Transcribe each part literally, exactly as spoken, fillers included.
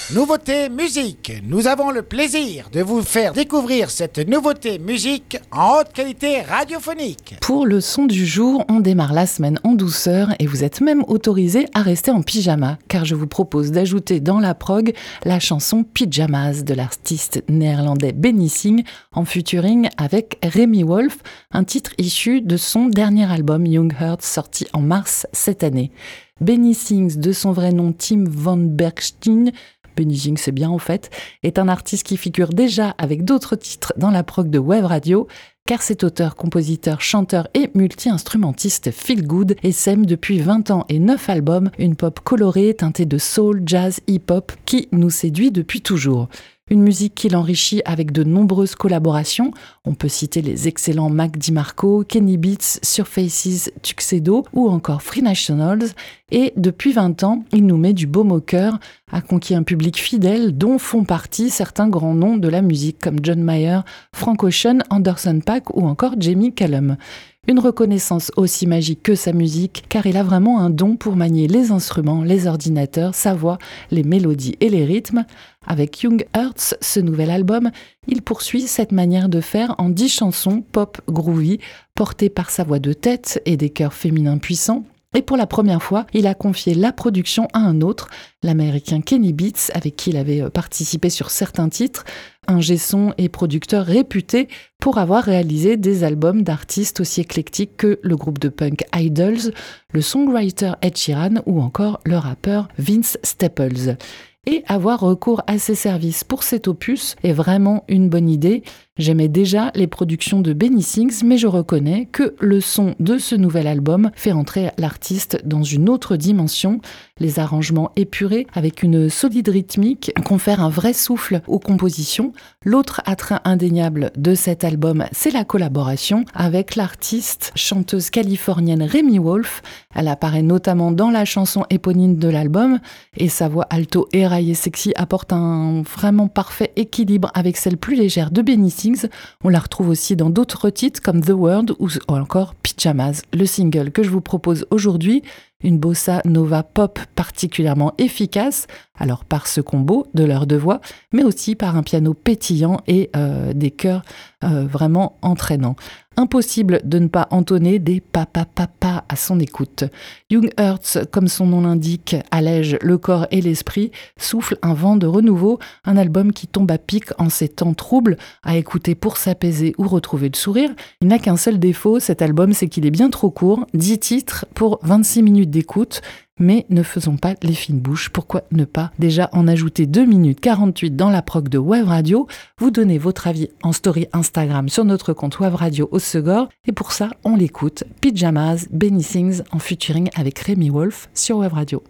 Nouveauté musique. Nous avons le plaisir de vous faire découvrir cette nouveauté musique en haute qualité radiophonique. Pour le son du jour, on démarre la semaine en douceur et vous êtes même autorisé à rester en pyjama, car je vous propose d'ajouter dans la prog la chanson Pyjamas de l'artiste néerlandais Benny Sings en featuring avec Remy Wolf, un titre issu de son dernier album Young Hearts sorti en mars cette année. Benny Sings, de son vrai nom Tim van Bergstein, Benny Sings c'est bien en fait, est un artiste qui figure déjà avec d'autres titres dans la prog de Web Radio, car cet auteur, compositeur, chanteur et multi-instrumentiste feel good et sème depuis vingt ans et neuf albums une pop colorée teintée de soul, jazz, hip-hop qui nous séduit depuis toujours. Une musique qu'il enrichit avec de nombreuses collaborations. On peut citer les excellents Mac DiMarco, Kenny Beats, Surfaces, Tuxedo ou encore Free Nationals. Et depuis vingt ans, il nous met du baume au cœur, a conquis un public fidèle dont font partie certains grands noms de la musique comme John Mayer, Frank Ocean, Anderson .Paak ou encore Jamie Cullum. Une reconnaissance aussi magique que sa musique, car il a vraiment un don pour manier les instruments, les ordinateurs, sa voix, les mélodies et les rythmes. Avec Young Hearts, ce nouvel album, il poursuit cette manière de faire en dix chansons pop groovy, portées par sa voix de tête et des chœurs féminins puissants. Et pour la première fois, il a confié la production à un autre, l'américain Kenny Beats, avec qui il avait participé sur certains titres, ingé son et producteur réputé pour avoir réalisé des albums d'artistes aussi éclectiques que le groupe de punk Idols, le songwriter Ed Sheeran ou encore le rappeur Vince Staples. Et avoir recours à ses services pour cet opus est vraiment une bonne idée. J'aimais déjà les productions de Benny Sings, mais je reconnais que le son de ce nouvel album fait entrer l'artiste dans une autre dimension. Les arrangements épurés, avec une solide rythmique, confèrent un vrai souffle aux compositions. L'autre attrait indéniable de cet album, c'est la collaboration avec l'artiste chanteuse californienne Remy Wolf. Elle apparaît notamment dans la chanson éponyme de l'album, et sa voix alto éraillée sexy apporte un vraiment parfait équilibre avec celle plus légère de Benny Sings. On la retrouve aussi dans d'autres titres comme The World ou encore Pyjamas, le single que je vous propose aujourd'hui. Une bossa nova pop particulièrement efficace, alors par ce combo de leurs deux voix, mais aussi par un piano pétillant et euh, des chœurs euh, vraiment entraînants. Impossible de ne pas entonner des pa-pa-pa-pa à son écoute. Young Hearts, comme son nom l'indique, allège le corps et l'esprit, souffle un vent de renouveau, un album qui tombe à pic en ces temps troubles, à écouter pour s'apaiser ou retrouver le sourire. Il n'a qu'un seul défaut, cet album, c'est qu'il est bien trop court, dix titres pour vingt-six minutes d'écoute, mais ne faisons pas les fines bouches, pourquoi ne pas déjà en ajouter deux minutes quarante-huit dans la prog de Web Radio, vous donnez votre avis en story Instagram sur notre compte Web Radio au Segor, et pour ça, on l'écoute, Pyjamas, Benny Sings en featuring avec Remy Wolf sur Web Radio.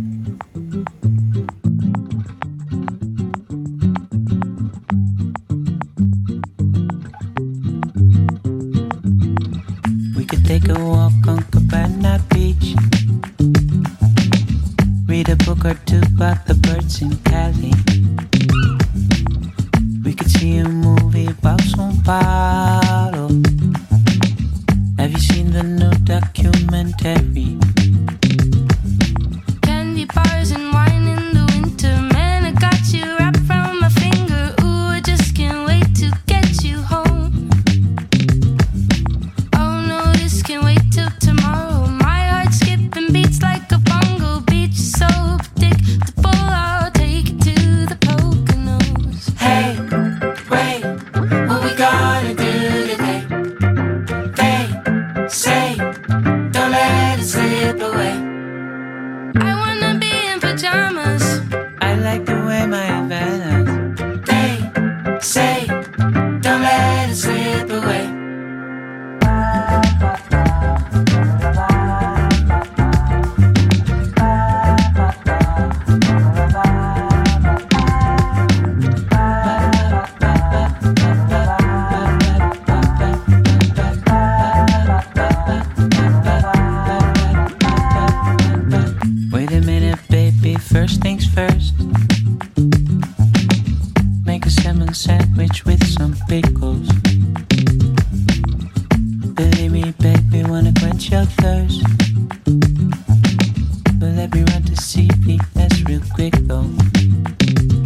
We could take a walk on Cabana Beach, read a book or two about the birds in Cali. We could see a movie about São Paulo. Have you seen the new documentary? Candy bars and wine in the winter. Man, I got you wrapped from my finger. Ooh, I just can't wait to get you home. Oh no, this can't wait till tomorrow. My heart skipping beats like a bongo. Beach is so predictable, I'll take it to the Poconos. Hey, wait, what we gonna do today? They say, don't let it slip away. I wanna be in pajamas. I like the way my Havana's. They say, don't let it slip away. Wait a minute, baby, first things first. Make a salmon sandwich with some pickles. Believe me, baby, wanna quench your thirst. But let me run to C P S real quick though.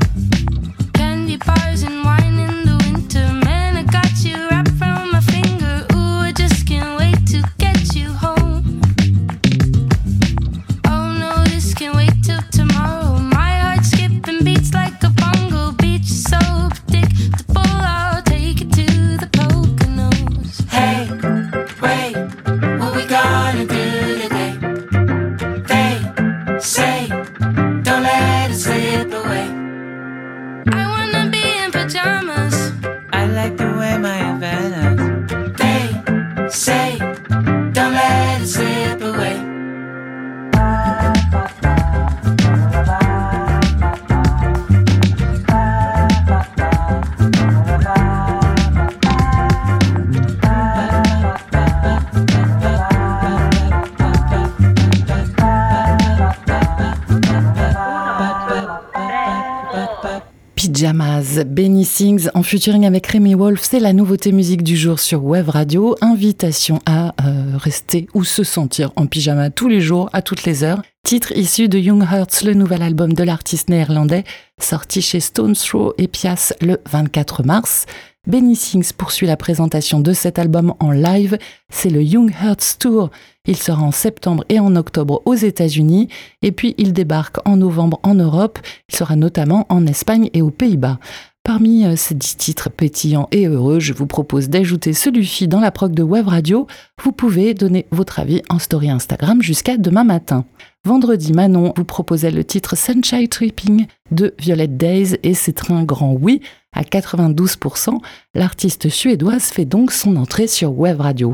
Pyjamas, Benny Sings en featuring avec Remy Wolf, c'est la nouveauté musique du jour sur Wave Radio. Invitation à euh, rester ou se sentir en pyjama tous les jours, à toutes les heures. Titre issu de Young Hearts, le nouvel album de l'artiste néerlandais, sorti chez Stones Throw et Pias le vingt-quatre mars. Benny Sings poursuit la présentation de cet album en live, c'est le Young Hearts Tour. Il sera en septembre et en octobre aux États-Unis, et puis il débarque en novembre en Europe. Il sera notamment en Espagne et aux Pays-Bas. Parmi ces dix titres pétillants et heureux, je vous propose d'ajouter celui-ci dans la prog de Wave Radio. Vous pouvez donner votre avis en story Instagram jusqu'à demain matin. Vendredi, Manon vous proposait le titre Sunshine Tripping de Violet Days et c'est un grand oui à quatre-vingt-douze pour cent. L'artiste suédoise fait donc son entrée sur Wave Radio.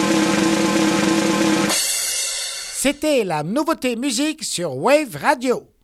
C'était la nouveauté musique sur Wave Radio.